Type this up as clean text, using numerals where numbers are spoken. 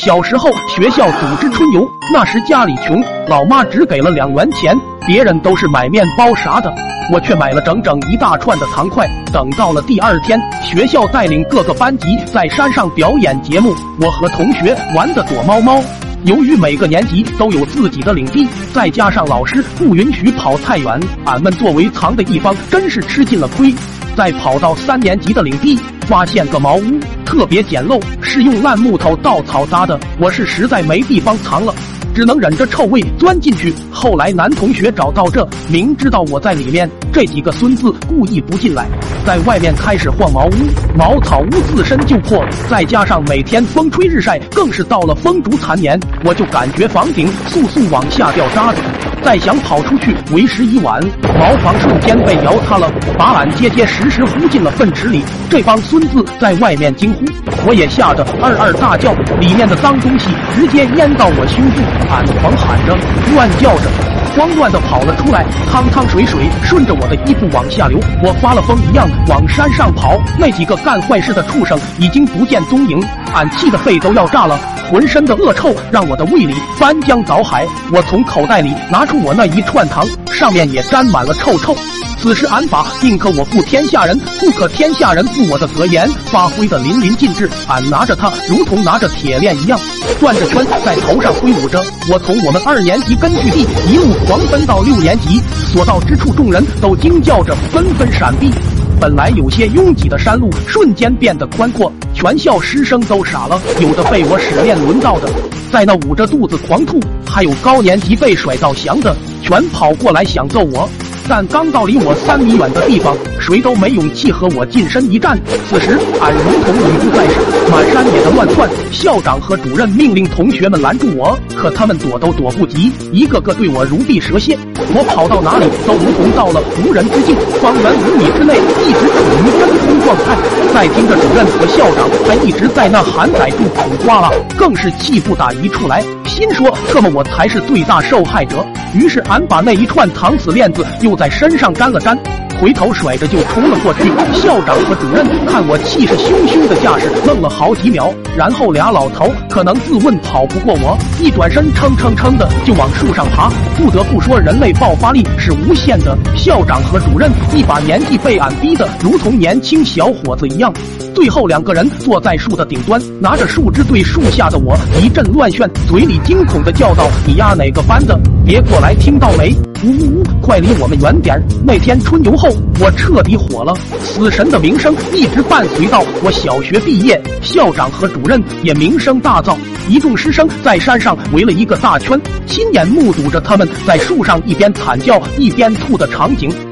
小时候学校组织春游，那时家里穷，老妈只给了2元钱，别人都是买面包啥的，我却买了整整一大串的糖块。等到了第2天，学校带领各个班级在山上表演节目，我和同学玩的躲猫猫。由于每个年级都有自己的领地，再加上老师不允许跑太远，俺们作为藏的一方，真是吃尽了亏。再跑到3年级的领地，发现个茅屋，特别简陋，是用烂木头稻草搭的，我是实在没地方藏了，只能忍着臭味钻进去。后来男同学找到这，明知道我在里面，这几个孙子故意不进来，在外面开始晃茅屋，茅草屋自身就破，再加上每天风吹日晒，更是到了风烛残年，我就感觉房顶速速往下掉渣子，再想跑出去为时已晚，茅房瞬间被摇塌了，把俺结结实实糊进了粪池里。这帮孙子在外面惊呼，我也吓得二大叫，里面的脏东西直接淹到我胸部，俺狂喊着乱叫着，慌乱地跑了出来，汤汤水水顺着我的衣服往下流，我发了疯一样往山上跑，那几个干坏事的畜生已经不见踪影，俺气得肺都要炸了，浑身的恶臭让我的胃里翻江倒海。我从口袋里拿出我那一串糖，上面也沾满了臭臭。此时俺把宁可我负天下人，不可天下人负我的格言发挥得淋漓尽致，俺拿着它如同拿着铁链一样转着圈在头上挥舞着。我从我们2年级根据地一路狂奔到6年级，所到之处众人都惊叫着纷纷闪避，本来有些拥挤的山路瞬间变得宽阔，全校师生都傻了，有的被我使练轮到的在那捂着肚子狂吐，还有高年级被甩到翔的全跑过来想揍我，但刚到离我3米远的地方，谁都没勇气和我近身一战。此时俺如同女不在身，满山野的乱窜，校长和主任命令同学们拦住我，可他们躲都躲不及，一个个对我如避蛇蝎，我跑到哪里都如同到了无人之境，方圆5米之内一直处于真空状态。再听着主任和校长还一直在那喊逮住苦瓜了，更是气不打一处来，心说特么我才是最大受害者。于是俺把那一串糖死链子又在身上粘了粘，回头甩着就冲了过去。校长和主任看我气势汹汹的架势，愣了好几秒，然后俩老头可能自问跑不过我，一转身撑的就往树上爬。不得不说人类爆发力是无限的，校长和主任一把年纪被俺逼得如同年轻小伙子一样，最后2个人坐在树的顶端，拿着树枝对树下的我一阵乱炫，嘴里惊恐地叫道：你丫哪个班的？别过来，听到没？呜，快离我们远点！那天春游后，我彻底火了，死神的名声一直伴随到我小学毕业，校长和主任也名声大噪。一众师生在山上围了一个大圈，亲眼目睹着他们在树上一边惨叫一边吐的场景。